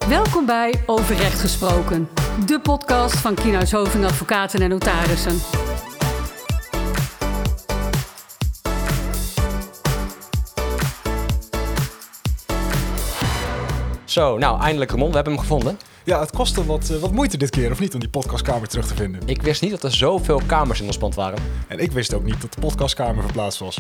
Welkom bij Over Recht Gesproken, de podcast van Kienhuis Hoving Advocaten en Notarissen. Zo, nou eindelijk Ramon, we hebben hem gevonden. Ja, het kostte wat moeite dit keer, of niet, om die podcastkamer terug te vinden. Ik wist niet dat er zoveel kamers in ons pand waren. En ik wist ook niet dat de podcastkamer verplaatst was.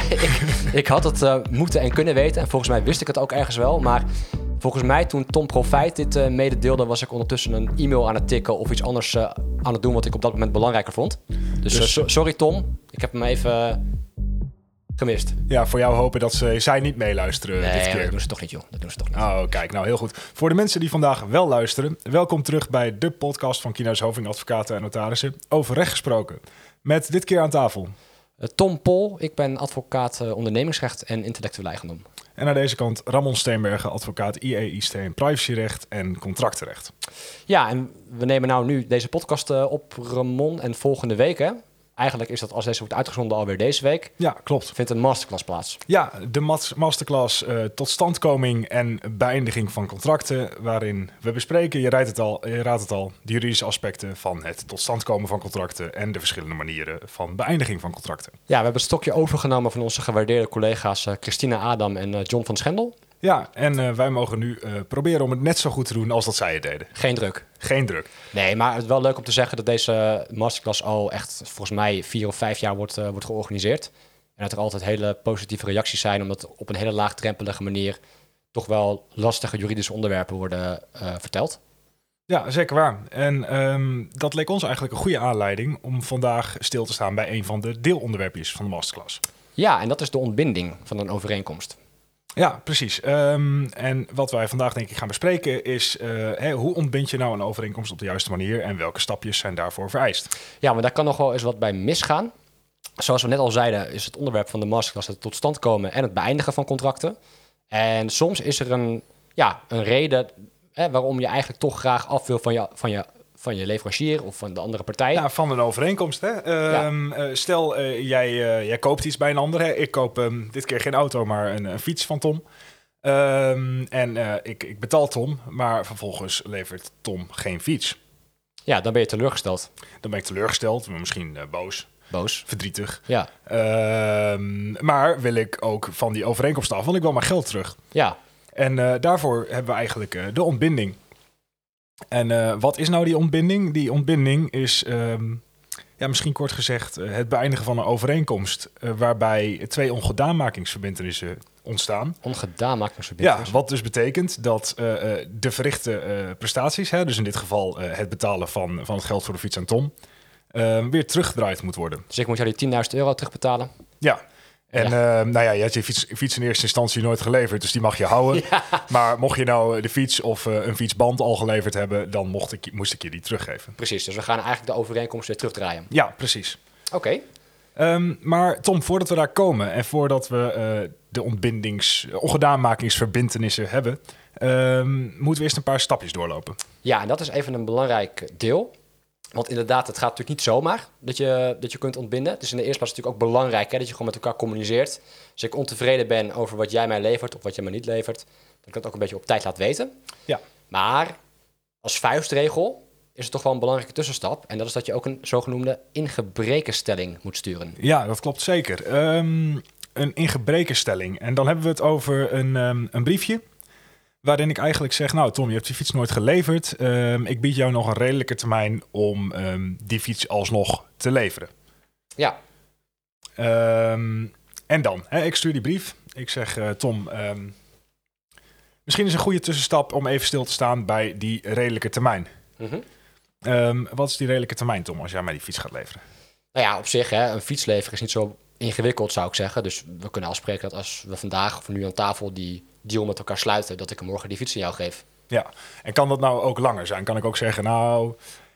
ik had het moeten en kunnen weten en volgens mij wist ik het ook ergens wel. Maar volgens mij toen Tom Profijt dit mededeelde, was ik ondertussen een e-mail aan het tikken of iets anders aan het doen wat ik op dat moment belangrijker vond. Dus sorry Tom, ik heb hem even gemist. Ja, voor jou hopen dat zij niet meeluisteren dit keer. Nee, dat doen ze toch niet, joh. Dat doen ze toch niet. Oh, kijk, nou heel goed. Voor de mensen die vandaag wel luisteren, welkom terug bij de podcast van Kienhuis Hoving Advocaten en Notarissen. Over recht gesproken. Met dit keer aan tafel Tom Pol, ik ben advocaat ondernemingsrecht en intellectueel eigendom. En aan deze kant Ramon Steenbergen, advocaat IE/IST privacyrecht en contractenrecht. Ja, en we nemen nou nu deze podcast op, Ramon, en volgende week, hè? Eigenlijk is dat, als deze wordt uitgezonden, alweer deze week. Ja, klopt. Vindt een masterclass plaats. Ja, de masterclass totstandkoming en beëindiging van contracten, waarin we bespreken, je raadt het al, de juridische aspecten van het tot stand komen van contracten en de verschillende manieren van beëindiging van contracten. Ja, we hebben het stokje overgenomen van onze gewaardeerde collega's Christina Adam en John van Schendel. Ja, en wij mogen nu proberen om het net zo goed te doen als dat zij het deden. Geen druk. Geen druk. Nee, maar het is wel leuk om te zeggen dat deze masterclass al echt volgens mij 4 of 5 jaar wordt georganiseerd. En dat er altijd hele positieve reacties zijn, omdat op een hele laagdrempelige manier toch wel lastige juridische onderwerpen worden verteld. Ja, zeker waar. En dat leek ons eigenlijk een goede aanleiding om vandaag stil te staan bij een van de deelonderwerpjes van de masterclass. Ja, en dat is de ontbinding van een overeenkomst. Ja, precies. En wat wij vandaag denk ik gaan bespreken is hoe ontbind je nou een overeenkomst op de juiste manier en welke stapjes zijn daarvoor vereist? Ja, maar daar kan nog wel eens wat bij misgaan. Zoals we net al zeiden, is het onderwerp van de masterclass het tot stand komen en het beëindigen van contracten. En soms is er een reden waarom je eigenlijk toch graag af wil van je leverancier of van de andere partij. Ja, van een overeenkomst. Hè? Stel, jij koopt iets bij een ander. Hè? Ik koop dit keer geen auto, maar een fiets van Tom. Ik betaal Tom, maar vervolgens levert Tom geen fiets. Ja, dan ben je teleurgesteld. Dan ben ik teleurgesteld, misschien boos, verdrietig. Ja. Maar wil ik ook van die overeenkomst af, want ik wil mijn geld terug. Ja. En daarvoor hebben we eigenlijk de ontbinding. En wat is nou die ontbinding? Die ontbinding is, misschien kort gezegd, het beëindigen van een overeenkomst waarbij 2 ongedaanmakingsverbintenissen ontstaan. Ongedaanmakingsverbintenissen? Ja, wat dus betekent dat de verrichte prestaties, dus in dit geval het betalen van het geld voor de fiets aan Tom, weer teruggedraaid moet worden. Dus ik moet jou die €10.000 terugbetalen? Ja. En je had je fiets in eerste instantie nooit geleverd, dus die mag je houden. Ja. Maar mocht je nou de fiets of een fietsband al geleverd hebben, dan moest ik je die teruggeven. Precies, dus we gaan eigenlijk de overeenkomst weer terugdraaien. Ja, precies. Oké. Maar Tom, voordat we daar komen en voordat we de ongedaanmakingsverbintenissen hebben, moeten we eerst een paar stapjes doorlopen. Ja, en dat is even een belangrijk deel. Want inderdaad, het gaat natuurlijk niet zomaar dat je kunt ontbinden. Het is in de eerste plaats natuurlijk ook belangrijk dat je gewoon met elkaar communiceert. Als ik ontevreden ben over wat jij mij levert of wat jij me niet levert, dan kan ik het ook een beetje op tijd laten weten. Ja. Maar als vuistregel is het toch wel een belangrijke tussenstap. En dat is dat je ook een zogenoemde ingebrekenstelling moet sturen. Ja, dat klopt zeker. Een ingebrekenstelling. En dan hebben we het over een briefje waarin ik eigenlijk zeg, nou Tom, je hebt die fiets nooit geleverd. Ik bied jou nog een redelijke termijn om die fiets alsnog te leveren. Ja. En dan, ik stuur die brief. Ik zeg, Tom, misschien is een goede tussenstap om even stil te staan bij die redelijke termijn. Mm-hmm. Wat is die redelijke termijn, Tom, als jij mij die fiets gaat leveren? Nou ja, op zich, een fiets leveren is niet zo ingewikkeld, zou ik zeggen. Dus we kunnen afspreken dat als we vandaag of nu aan tafel die deal met elkaar sluiten, dat ik morgen die fiets aan jou geef. Ja, en kan dat nou ook langer zijn? Kan ik ook zeggen, nou,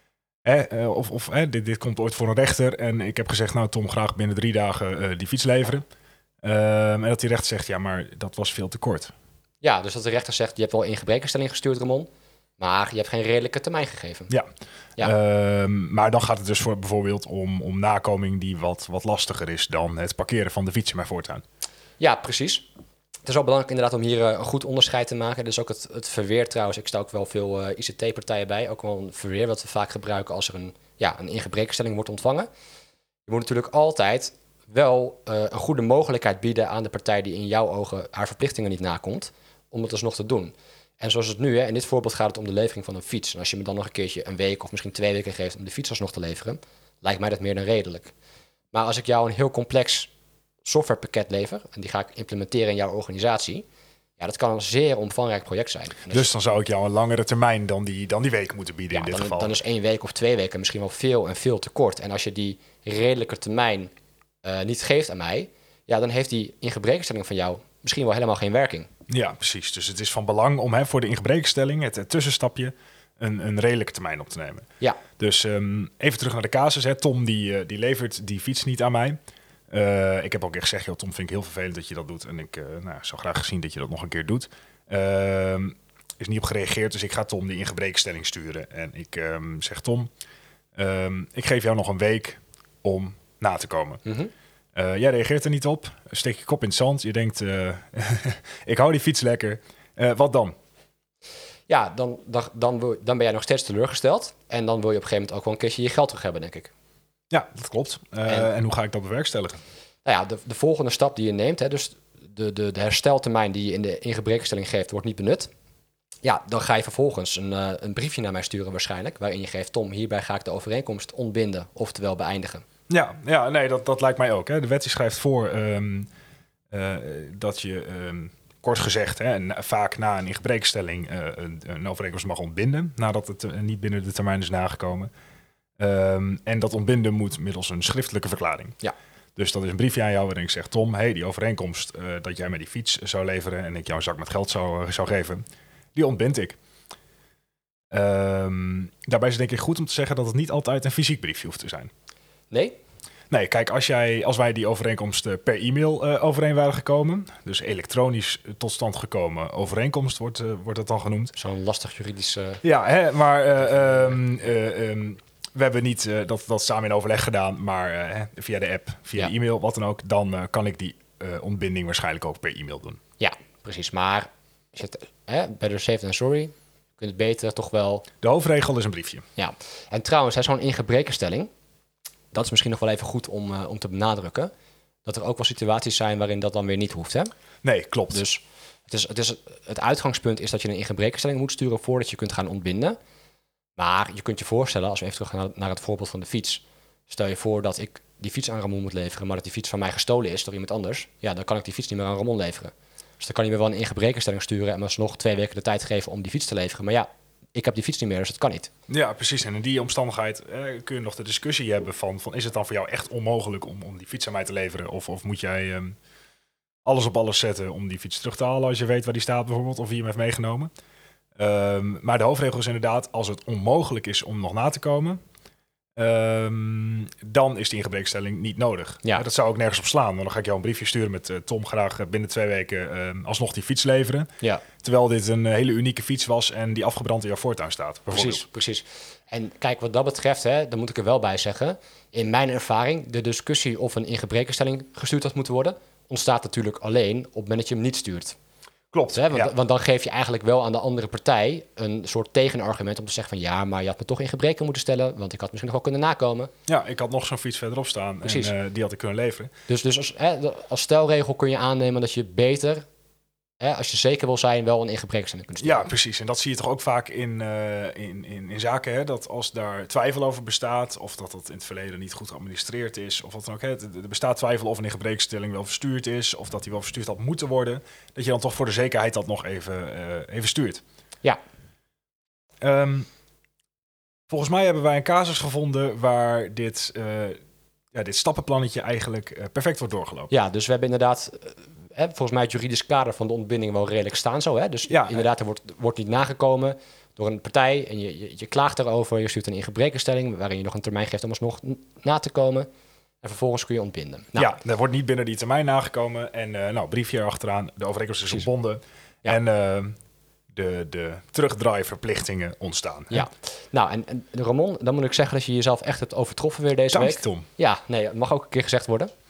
dit komt ooit voor een rechter en ik heb gezegd, nou Tom, graag binnen 3 dagen die fiets leveren. En dat die rechter zegt, ja, maar dat was veel te kort. Ja, dus dat de rechter zegt, je hebt wel ingebrekenstelling gestuurd, Ramon, maar je hebt geen redelijke termijn gegeven. Ja. Maar dan gaat het dus bijvoorbeeld om nakoming die wat lastiger is dan het parkeren van de fiets in mijn voortuin. Ja, precies. Het is wel belangrijk inderdaad om hier een goed onderscheid te maken. Dus ook het verweer trouwens. Ik sta ook wel veel ICT-partijen bij. Ook wel een verweer wat we vaak gebruiken als er een ingebrekenstelling wordt ontvangen. Je moet natuurlijk altijd wel een goede mogelijkheid bieden aan de partij die in jouw ogen haar verplichtingen niet nakomt, om het alsnog te doen. En zoals het nu, in dit voorbeeld gaat het om de levering van een fiets. En als je me dan nog een keertje een week of misschien 2 weken geeft om de fiets alsnog te leveren, lijkt mij dat meer dan redelijk. Maar als ik jou een heel complex softwarepakket lever en die ga ik implementeren in jouw organisatie, ja, dat kan een zeer omvangrijk project zijn. Dus dan zou ik jou een langere termijn dan die week moeten bieden in dit geval. Dan is 1 week of 2 weken misschien wel veel en veel te kort. En als je die redelijke termijn niet geeft aan mij, ja, dan heeft die ingebrekenstelling van jou misschien wel helemaal geen werking. Ja, precies. Dus het is van belang om voor de ingebrekenstelling, het tussenstapje, een redelijke termijn op te nemen. Ja. Dus even terug naar de casus. Tom die levert die fiets niet aan mij. Ik heb ook echt gezegd, Tom, vind ik heel vervelend dat je dat doet. En ik zou graag zien dat je dat nog een keer doet. Is niet op gereageerd, dus ik ga Tom die ingebrekenstelling sturen. En ik zeg, Tom, ik geef jou nog een week om na te komen. Mm-hmm. Jij reageert er niet op. Steek je kop in het zand. Je denkt, ik hou die fiets lekker. Wat dan? Ja, dan ben jij nog steeds teleurgesteld. En dan wil je op een gegeven moment ook wel een keertje je geld terug hebben, denk ik. Ja, dat klopt. En hoe ga ik dat bewerkstelligen? Nou ja, de volgende stap die je neemt, dus de hersteltermijn die je in de ingebrekenstelling geeft, wordt niet benut. Ja, dan ga je vervolgens een briefje naar mij sturen waarschijnlijk, waarin je geeft, Tom, hierbij ga ik de overeenkomst ontbinden, oftewel beëindigen. Ja, nee, dat lijkt mij ook. Hè. De wet die schrijft voor dat je, kort gezegd, vaak na een ingebrekenstelling een overeenkomst mag ontbinden, nadat het niet binnen de termijn is nagekomen. En dat ontbinden moet middels een schriftelijke verklaring. Ja. Dus dat is een briefje aan jou waarin ik zeg, Tom, die overeenkomst dat jij mij die fiets zou leveren en ik jou een zak met geld zou geven, die ontbind ik. Daarbij is het denk ik goed om te zeggen dat het niet altijd een fysiek briefje hoeft te zijn. Nee, kijk, als wij die overeenkomst per e-mail overeen waren gekomen, dus elektronisch tot stand gekomen overeenkomst wordt het dan genoemd. Zo'n lastig juridisch... Ja, maar we hebben niet dat samen in overleg gedaan, maar via de app, via de e-mail, wat dan ook, dan kan ik die ontbinding waarschijnlijk ook per e-mail doen. Ja, precies. Maar better safe than sorry. Je kunt het beter toch wel... De hoofdregel is een briefje. Ja, en trouwens, zo'n ingebrekenstelling, dat is misschien nog wel even goed om te benadrukken, dat er ook wel situaties zijn waarin dat dan weer niet hoeft, hè? Nee, klopt. Dus het uitgangspunt is dat je een ingebrekenstelling moet sturen voordat je kunt gaan ontbinden. Maar je kunt je voorstellen, als we even terug gaan naar het voorbeeld van de fiets. Stel je voor dat ik die fiets aan Ramon moet leveren, maar dat die fiets van mij gestolen is door iemand anders. Ja, dan kan ik die fiets niet meer aan Ramon leveren. Dus dan kan hij me wel een ingebrekenstelling sturen en alsnog 2 weken de tijd geven om die fiets te leveren. Maar ja, ik heb die fiets niet meer, dus dat kan niet. Ja, precies. En in die omstandigheid kun je nog de discussie hebben van is het dan voor jou echt onmogelijk om die fiets aan mij te leveren? Of moet jij alles op alles zetten om die fiets terug te halen als je weet waar die staat bijvoorbeeld, of wie hem heeft meegenomen? Maar de hoofdregel is inderdaad, als het onmogelijk is om nog na te komen, dan is die ingebrekenstelling niet nodig. Ja. Dat zou ook nergens op slaan. Dan ga ik jou een briefje sturen met Tom, graag binnen 2 weken alsnog die fiets leveren. Ja. Terwijl dit een hele unieke fiets was en die afgebrand in jouw voortuin staat. Precies. En kijk, wat dat betreft, dan moet ik er wel bij zeggen, in mijn ervaring, de discussie of een ingebrekenstelling gestuurd had moeten worden, ontstaat natuurlijk alleen op het moment dat je hem niet stuurt. Klopt. Want dan geef je eigenlijk wel aan de andere partij een soort tegenargument om te zeggen van ja, maar je had me toch in gebreken moeten stellen, want ik had misschien nog wel kunnen nakomen. Ja, ik had nog zo'n fiets verderop staan en die had ik kunnen leveren. Dus als stelregel kun je aannemen dat je beter, als je zeker wil zijn, wel een ingebrekenstelling kunt sturen. Ja, precies. En dat zie je toch ook vaak in zaken, dat als daar twijfel over bestaat, of dat het in het verleden niet goed geadministreerd is, of wat dan ook. Er bestaat twijfel of een ingebrekenstelling wel verstuurd is, of dat die wel verstuurd had moeten worden, dat je dan toch voor de zekerheid dat nog even stuurt. Ja. Volgens mij hebben wij een casus gevonden waar dit stappenplannetje eigenlijk perfect wordt doorgelopen. Ja, dus we hebben inderdaad volgens mij het juridisch kader van de ontbinding wel redelijk staan zo. Hè? Dus inderdaad, er wordt niet nagekomen door een partij en je klaagt daarover. Je stuurt een ingebrekenstelling waarin je nog een termijn geeft om alsnog na te komen. En vervolgens kun je ontbinden. Nou, ja, er wordt niet binnen die termijn nagekomen. En briefje erachteraan, de overeenkomst is ontbonden. Ja. En de terugdraaiverplichtingen ontstaan. Ja, nou en Ramon, dan moet ik zeggen dat je jezelf echt hebt overtroffen weer deze week. Tom. Ja, nee, het mag ook een keer gezegd worden.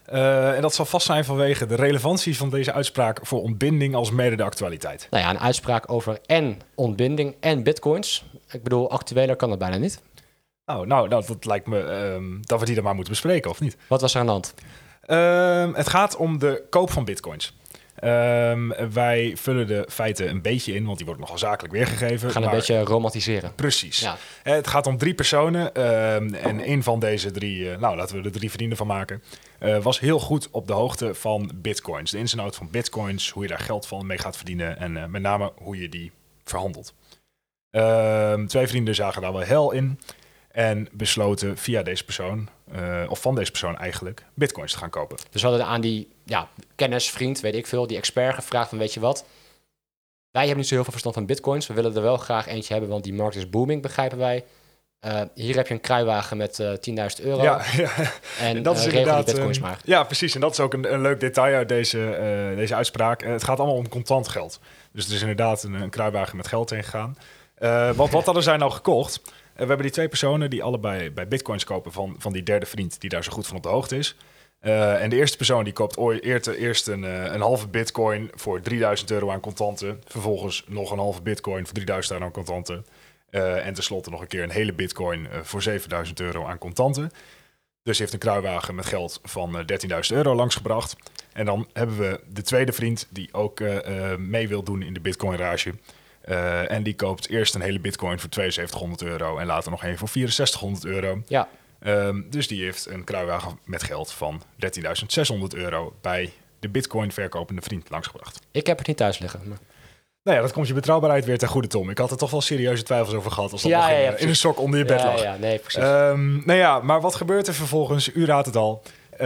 En dat zal vast zijn vanwege de relevantie van deze uitspraak voor ontbinding als mede de actualiteit. Nou ja, een uitspraak over en ontbinding en bitcoins. Ik bedoel, actueler kan het bijna niet. Nou, dat lijkt me dat we die dan maar moeten bespreken, of niet? Wat was er aan de hand? Het gaat om de koop van bitcoins. Wij vullen de feiten een beetje in, want die worden nogal zakelijk weergegeven. We gaan een beetje romantiseren. Precies. Ja. Het gaat om 3 personen. En een van deze 3, laten we er 3 vrienden van maken, was heel goed op de hoogte van bitcoins. De ins en outs van bitcoins, hoe je daar geld van mee gaat verdienen en met name hoe je die verhandelt. 2 vrienden zagen daar wel hel in en besloten via deze persoon, of van deze persoon eigenlijk, bitcoins te gaan kopen. Dus we hadden aan die kennis, vriend, weet ik veel, die expert gevraagd van weet je wat? Wij hebben niet zo heel veel verstand van bitcoins. We willen er wel graag eentje hebben, want die markt is booming, begrijpen wij. Hier heb je een kruiwagen met €10.000. Ja. En dat is regel inderdaad die bitcoins maar. Ja, precies. En dat is ook een leuk detail uit deze uitspraak. Het gaat allemaal om contant geld. Dus er is inderdaad een kruiwagen met geld heen gegaan. Wat hadden zij nou gekocht? We hebben die 2 personen die allebei bij bitcoins kopen van die derde vriend die daar zo goed van op de hoogte is. En de eerste persoon die koopt eerst een halve bitcoin voor €3.000 aan contanten. Vervolgens nog een halve bitcoin voor €3.000 aan contanten. En tenslotte nog een keer een hele bitcoin voor €7.000 aan contanten. Dus hij heeft een kruiwagen met geld van €13.000 langsgebracht. En dan hebben we de tweede vriend die ook mee wil doen in de bitcoin-rage. En die koopt eerst een hele bitcoin voor €7200 en later nog een voor €6400. Ja. Dus die heeft een kruiwagen met geld van €13.600 bij de bitcoin verkopende vriend langsgebracht. Ik heb het niet thuis liggen. Maar... Nou ja, dat komt je betrouwbaarheid weer ten goede, Tom. Ik had er toch wel serieuze twijfels over gehad als dat nog in een sok onder je bed lag. Ja, nee, precies. Maar wat gebeurt er vervolgens? U raadt het al.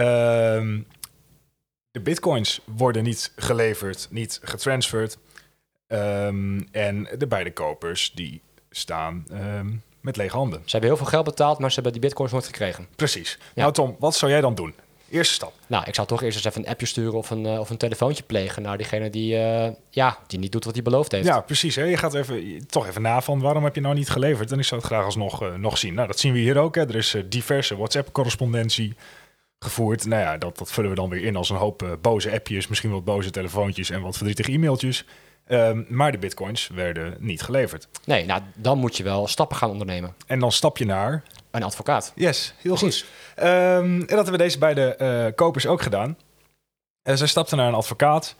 De bitcoins worden niet geleverd, niet getransferd. En de beide kopers die staan met lege handen. Ze hebben heel veel geld betaald, maar ze hebben die bitcoins nooit gekregen. Precies. Ja. Nou Tom, wat zou jij dan doen? Eerste stap. Nou, ik zou toch eerst eens even een appje sturen of een telefoontje plegen naar diegene die niet doet wat hij beloofd heeft. Ja, precies. Hè? Je gaat toch even na van waarom heb je nou niet geleverd? En ik zou het graag alsnog nog zien. Nou, dat zien we hier ook. Hè. Er is diverse WhatsApp-correspondentie gevoerd. Nou ja, dat vullen we dan weer in als een hoop boze appjes, misschien wat boze telefoontjes en wat verdrietige e-mailtjes. Maar de bitcoins werden niet geleverd. Nee, nou, dan moet je wel stappen gaan ondernemen. En dan stap je naar... Een advocaat. Yes, heel Precies. goed. En dat hebben deze beide kopers ook gedaan. Zij stapten naar een advocaat.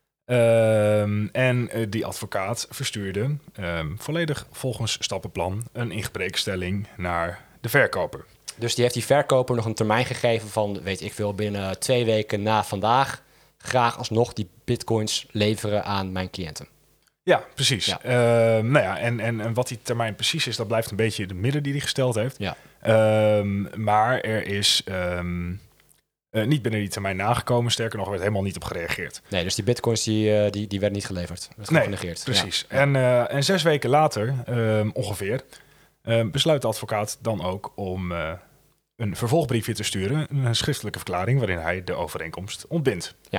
En die advocaat verstuurde volledig volgens stappenplan een ingebrekenstelling naar de verkoper. Dus die heeft die verkoper nog een termijn gegeven van, weet ik veel, binnen 2 weken na vandaag graag alsnog die bitcoins leveren aan mijn cliënten. Ja, precies. Ja. En wat die termijn precies is, dat blijft een beetje de midden die hij gesteld heeft. Ja. Maar er is niet binnen die termijn nagekomen. Sterker nog, er werd helemaal niet op gereageerd. Nee, dus die bitcoins die werden niet geleverd. Dat werd genegeerd. Precies. Ja. En 6 weken later, ongeveer, besluit de advocaat dan ook om een vervolgbriefje te sturen. Een schriftelijke verklaring waarin hij de overeenkomst ontbindt. Ja.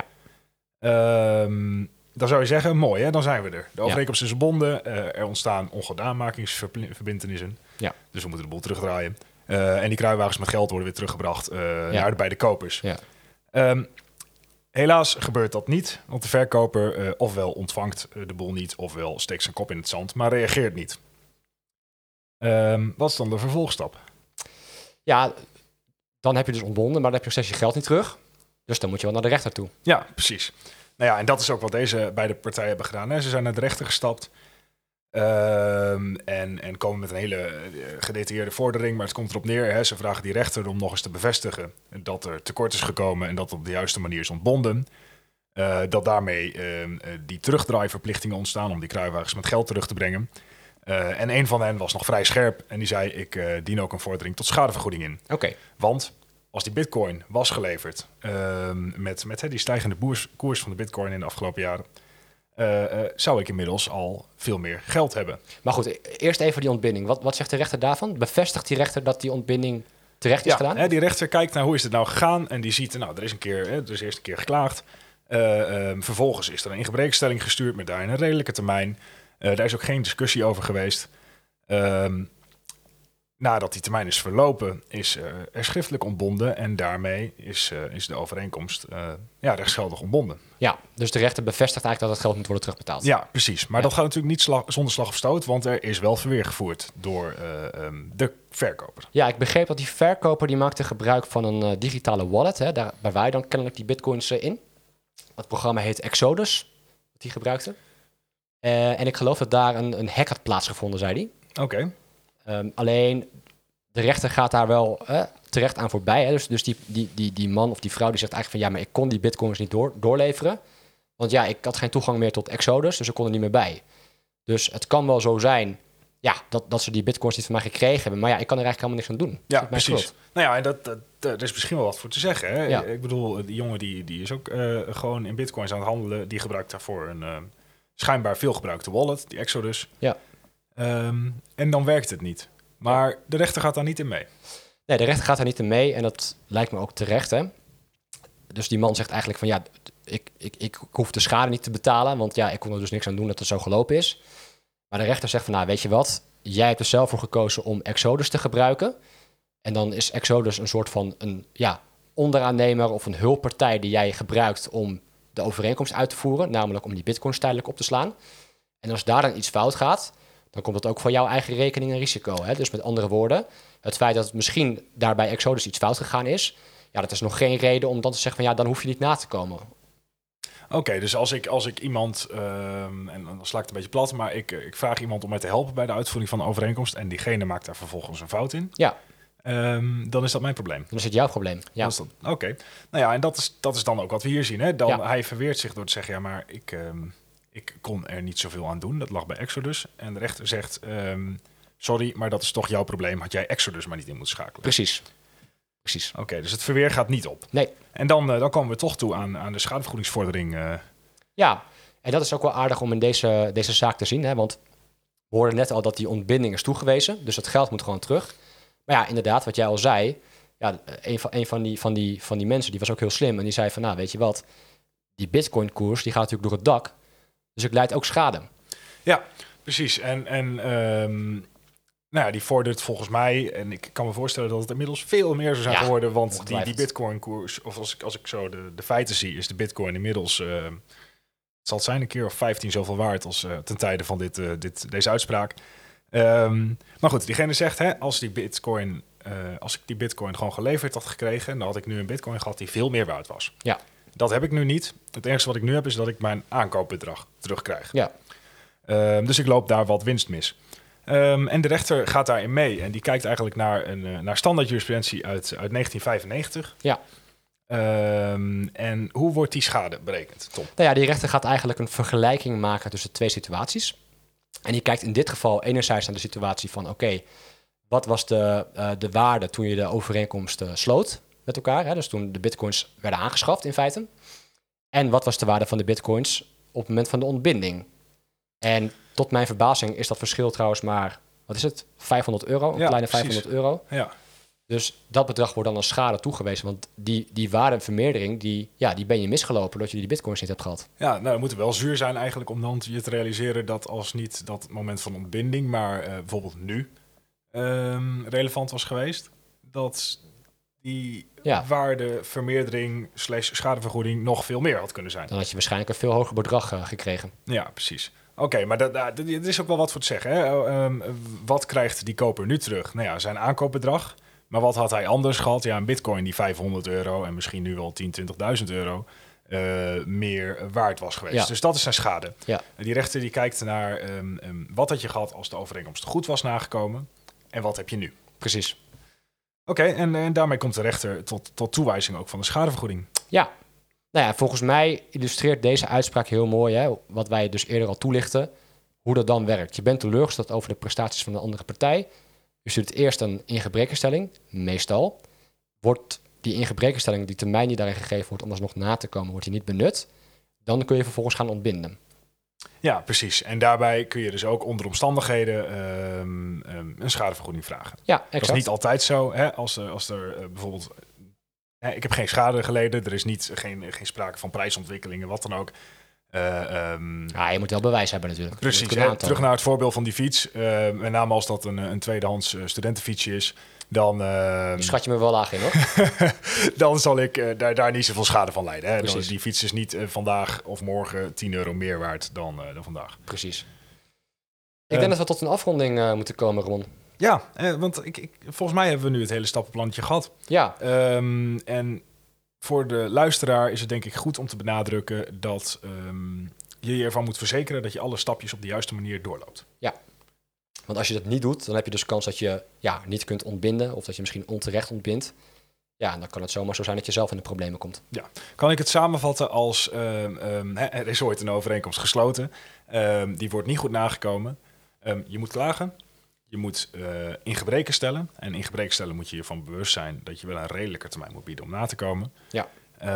Dan zou je zeggen, mooi hè, dan zijn we er. De overeenkomst is verbonden, er ontstaan ongedaanmakingsverbintenissen. Ja. Dus we moeten de boel terugdraaien. En die kruiwagens met geld worden weer teruggebracht naar de beide kopers. Ja. Helaas gebeurt dat niet, want de verkoper ofwel ontvangt de boel niet, ofwel steekt zijn kop in het zand, maar reageert niet. Wat is dan de vervolgstap? Ja, dan heb je dus ontbonden, maar dan heb je nog steeds je geld niet terug. Dus dan moet je wel naar de rechter toe. Ja, precies. Nou ja, en dat is ook wat deze beide partijen hebben gedaan. Hè. Ze zijn naar de rechter gestapt en komen met een hele gedetailleerde vordering. Maar het komt erop neer, hè. Ze vragen die rechter om nog eens te bevestigen dat er tekort is gekomen en dat het op de juiste manier is ontbonden. Dat daarmee die terugdraaiverplichtingen ontstaan om die kruiwagens met geld terug te brengen. En een van hen was nog vrij scherp en die zei, ik dien ook een vordering tot schadevergoeding in. Oké. Want als die bitcoin was geleverd met die stijgende koers van de bitcoin in de afgelopen jaren, zou ik inmiddels al veel meer geld hebben. Maar goed, eerst even die ontbinding. Wat zegt de rechter daarvan? Bevestigt die rechter dat die ontbinding terecht is gedaan? Hè, die rechter kijkt naar hoe is het nou gegaan en die ziet, nou, er is eerst een keer geklaagd. Vervolgens is er een ingebrekenstelling gestuurd met daarin een redelijke termijn. Daar is ook geen discussie over geweest. nadat die termijn is verlopen, is er schriftelijk ontbonden en daarmee is de overeenkomst rechtsgeldig ontbonden. Ja, dus de rechter bevestigt eigenlijk dat het geld moet worden terugbetaald. Ja, precies. Maar dat gaat natuurlijk niet zonder slag of stoot, want er is wel verweer gevoerd door de verkoper. Ja, ik begreep dat die verkoper die maakte gebruik van een digitale wallet. Hè. Daar bewaar je dan kennelijk die bitcoins in. Het programma heet Exodus, wat hij gebruikte. En ik geloof dat daar een hack had plaatsgevonden, zei hij. Oké. Alleen, de rechter gaat daar wel terecht aan voorbij. Hè. Dus die man of die vrouw die zegt eigenlijk van... ja, maar ik kon die bitcoins niet doorleveren. Want ja, ik had geen toegang meer tot Exodus, dus ik kon er niet meer bij. Dus het kan wel zo zijn dat ze die bitcoins niet van mij gekregen hebben. Maar ja, ik kan er eigenlijk helemaal niks aan doen. Ja, precies. Nou ja, en er is misschien wel wat voor te zeggen. Hè? Ja. Ik bedoel, die jongen die is ook gewoon in bitcoins aan het handelen. Die gebruikt daarvoor een schijnbaar veelgebruikte wallet, die Exodus. Ja. En dan werkt het niet. Maar de rechter gaat daar niet in mee. Nee, de rechter gaat daar niet in mee en dat lijkt me ook terecht, hè. Dus die man zegt eigenlijk van ja, ik hoef de schade niet te betalen, want ja, ik kon er dus niks aan doen dat het zo gelopen is. Maar de rechter zegt van nou, weet je wat, jij hebt er zelf voor gekozen om Exodus te gebruiken. En dan is Exodus een soort van een onderaannemer of een hulppartij die jij gebruikt om de overeenkomst uit te voeren, namelijk om die bitcoins tijdelijk op te slaan. En als daar dan iets fout gaat, dan komt dat ook voor jouw eigen rekening en risico. Hè? Dus met andere woorden, het feit dat het misschien daar bij Exodus iets fout gegaan is, ja, dat is nog geen reden om dan te zeggen van ja, dan hoef je niet na te komen. Oké, dus als ik iemand, en dan sla ik het een beetje plat, maar ik vraag iemand om mij te helpen bij de uitvoering van de overeenkomst en diegene maakt daar vervolgens een fout in. Ja. Dan is dat mijn probleem. Dan is het jouw probleem. Ja. Oké. Nou ja, en dat is dan ook wat we hier zien. Hè? Hij verweert zich door te zeggen, ja, maar ik kon er niet zoveel aan doen. Dat lag bij Exodus. En de rechter zegt, sorry, maar dat is toch jouw probleem. Had jij Exodus maar niet in moeten schakelen. Precies. Oké, dus het verweer gaat niet op. Nee. En dan komen we toch toe aan de schadevergoedingsvordering. Ja, en dat is ook wel aardig om in deze zaak te zien. Hè? Want we hoorden net al dat die ontbinding is toegewezen. Dus het geld moet gewoon terug. Maar ja, inderdaad, wat jij al zei. Ja, een van die mensen die was ook heel slim. En die zei van, nou, weet je wat. Die bitcoin-koers die gaat natuurlijk door het dak. Dus ik leid ook schade. Ja, precies. Die vordert volgens mij, en ik kan me voorstellen dat het inmiddels veel meer zou zijn geworden, want die bitcoin-koers, of als ik zo de feiten zie, is de bitcoin inmiddels, het zal het zijn een keer of 15 zoveel waard als ten tijde van deze uitspraak. Maar goed, diegene zegt, hè, als ik die bitcoin gewoon geleverd had gekregen, dan had ik nu een bitcoin gehad die veel meer waard was. Ja. Dat heb ik nu niet. Het enige wat ik nu heb is dat ik mijn aankoopbedrag terugkrijg. Ja. Dus ik loop daar wat winst mis. En de rechter gaat daarin mee. En die kijkt eigenlijk naar standaard jurisprudentie uit 1995. Ja. En hoe wordt die schade berekend, Tom? Nou ja, die rechter gaat eigenlijk een vergelijking maken tussen twee situaties. En die kijkt in dit geval enerzijds naar de situatie van oké, wat was de waarde toen je de overeenkomst sloot met elkaar? Hè? Dus toen de bitcoins werden aangeschaft in feite. En wat was de waarde van de bitcoins op het moment van de ontbinding? En tot mijn verbazing is dat verschil trouwens maar, wat is het, €500? Een kleine €500. Ja. Dus dat bedrag wordt dan als schade toegewezen. Want die waardevermeerdering, die ben je misgelopen doordat je die bitcoins niet hebt gehad. Ja, nou, dat moet wel zuur zijn eigenlijk om dan je te realiseren dat als niet dat moment van ontbinding, maar bijvoorbeeld nu relevant was geweest, dat die waardevermeerdering / schadevergoeding nog veel meer had kunnen zijn. Dan had je waarschijnlijk een veel hoger bedrag gekregen. Ja, precies. Oké, maar er is ook wel wat voor te zeggen. Hè? Wat krijgt die koper nu terug? Nou ja, zijn aankoopbedrag. Maar wat had hij anders gehad? Ja, een bitcoin die €500 en misschien nu wel 10.000, €20.000 meer waard was geweest. Ja. Dus dat is zijn schade. Ja. Die rechter die kijkt naar wat had je gehad als de overeenkomst goed was nagekomen en wat heb je nu? Precies. Oké, en daarmee komt de rechter tot toewijzing ook van de schadevergoeding. Ja. Nou ja, volgens mij illustreert deze uitspraak heel mooi, hè, wat wij dus eerder al toelichten, hoe dat dan werkt. Je bent teleurgesteld over de prestaties van de andere partij. Je stuurt eerst een ingebrekenstelling, meestal. Wordt die ingebrekenstelling, die termijn die daarin gegeven wordt om alsnog na te komen, wordt die niet benut. Dan kun je vervolgens gaan ontbinden. Ja, precies. En daarbij kun je dus ook onder omstandigheden een schadevergoeding vragen. Ja, exact. Dat is niet altijd zo. Hè? Als er bijvoorbeeld... ik heb geen schade geleden. Er is geen sprake van prijsontwikkelingen, wat dan ook. Je moet wel bewijs hebben natuurlijk. Precies, terug naar het voorbeeld van die fiets. Met name als dat een tweedehands studentenfietsje is. Dan schat je me wel laag in, hoor. Dan zal ik daar niet zoveel schade van lijden. Hè? Precies. Die fiets is niet vandaag of morgen €10 meer waard dan vandaag. Precies. Ik denk dat we tot een afronding moeten komen, Ron. Ja, want volgens mij hebben we nu het hele stappenplannetje gehad. Ja. En voor de luisteraar is het denk ik goed om te benadrukken dat je ervan moet verzekeren dat je alle stapjes op de juiste manier doorloopt. Ja. Want als je dat niet doet, dan heb je dus kans dat je niet kunt ontbinden of dat je misschien onterecht ontbindt. Ja, en dan kan het zomaar zo zijn dat je zelf in de problemen komt. Ja, kan ik het samenvatten als er is ooit een overeenkomst gesloten. Die wordt niet goed nagekomen. Je moet klagen. Je moet in gebreken stellen. En in gebreken stellen moet je ervan bewust zijn dat je wel een redelijke termijn moet bieden om na te komen. Ja.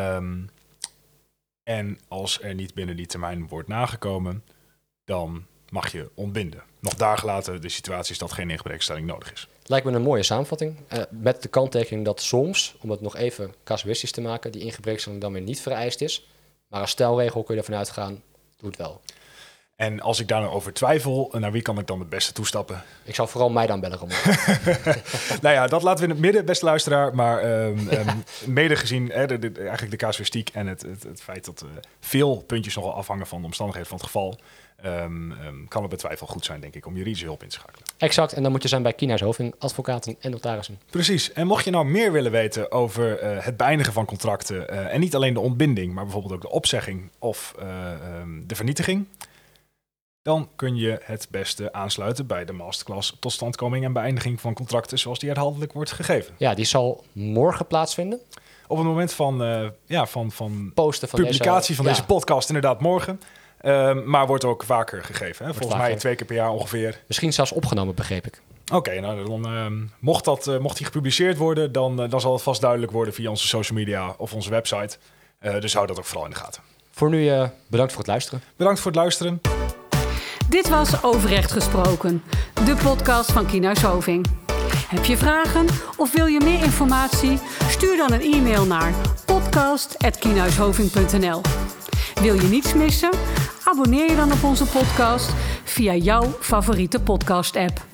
En als er niet binnen die termijn wordt nagekomen, dan mag je ontbinden. Nog daar gelaten de situatie is dat geen ingebrekenstelling nodig is. Lijkt me een mooie samenvatting. Met de kanttekening dat soms, om het nog even casuïstisch te maken, die ingebrekenstelling dan weer niet vereist is. Maar als stelregel kun je ervan uitgaan, doe het wel. En als ik daar nou over twijfel, naar wie kan ik dan het beste toestappen? Ik zou vooral mij dan bellen, Ron. Nou ja, dat laten we in het midden, beste luisteraar. Maar mede gezien eigenlijk de casuïstiek en het feit dat veel puntjes nogal afhangen van de omstandigheden van het geval, kan het bij twijfel goed zijn, denk ik, om juridische hulp in te schakelen. Exact, en dan moet je zijn bij Kienhuis Hoving, advocaten en notarissen. Precies, en mocht je nou meer willen weten over het beëindigen van contracten, en niet alleen de ontbinding, maar bijvoorbeeld ook de opzegging of de vernietiging, dan kun je het beste aansluiten bij de masterclass totstandkoming en beëindiging van contracten zoals die herhaaldelijk wordt gegeven. Ja, die zal morgen plaatsvinden. Op het moment van Posten van publicatie van deze podcast inderdaad morgen. Maar wordt ook vaker gegeven. Hè? Volgens mij 2 keer per jaar ongeveer. Misschien zelfs opgenomen, begreep ik. Oké, nou dan mocht die gepubliceerd worden, dan zal het vast duidelijk worden via onze social media of onze website. Dus hou dat ook vooral in de gaten. Voor nu bedankt voor het luisteren. Bedankt voor het luisteren. Dit was Overrecht Gesproken, de podcast van Kienhuis Hoving. Heb je vragen of wil je meer informatie? Stuur dan een e-mail naar podcast@kienhuishoving.nl. Wil je niets missen? Abonneer je dan op onze podcast via jouw favoriete podcast-app.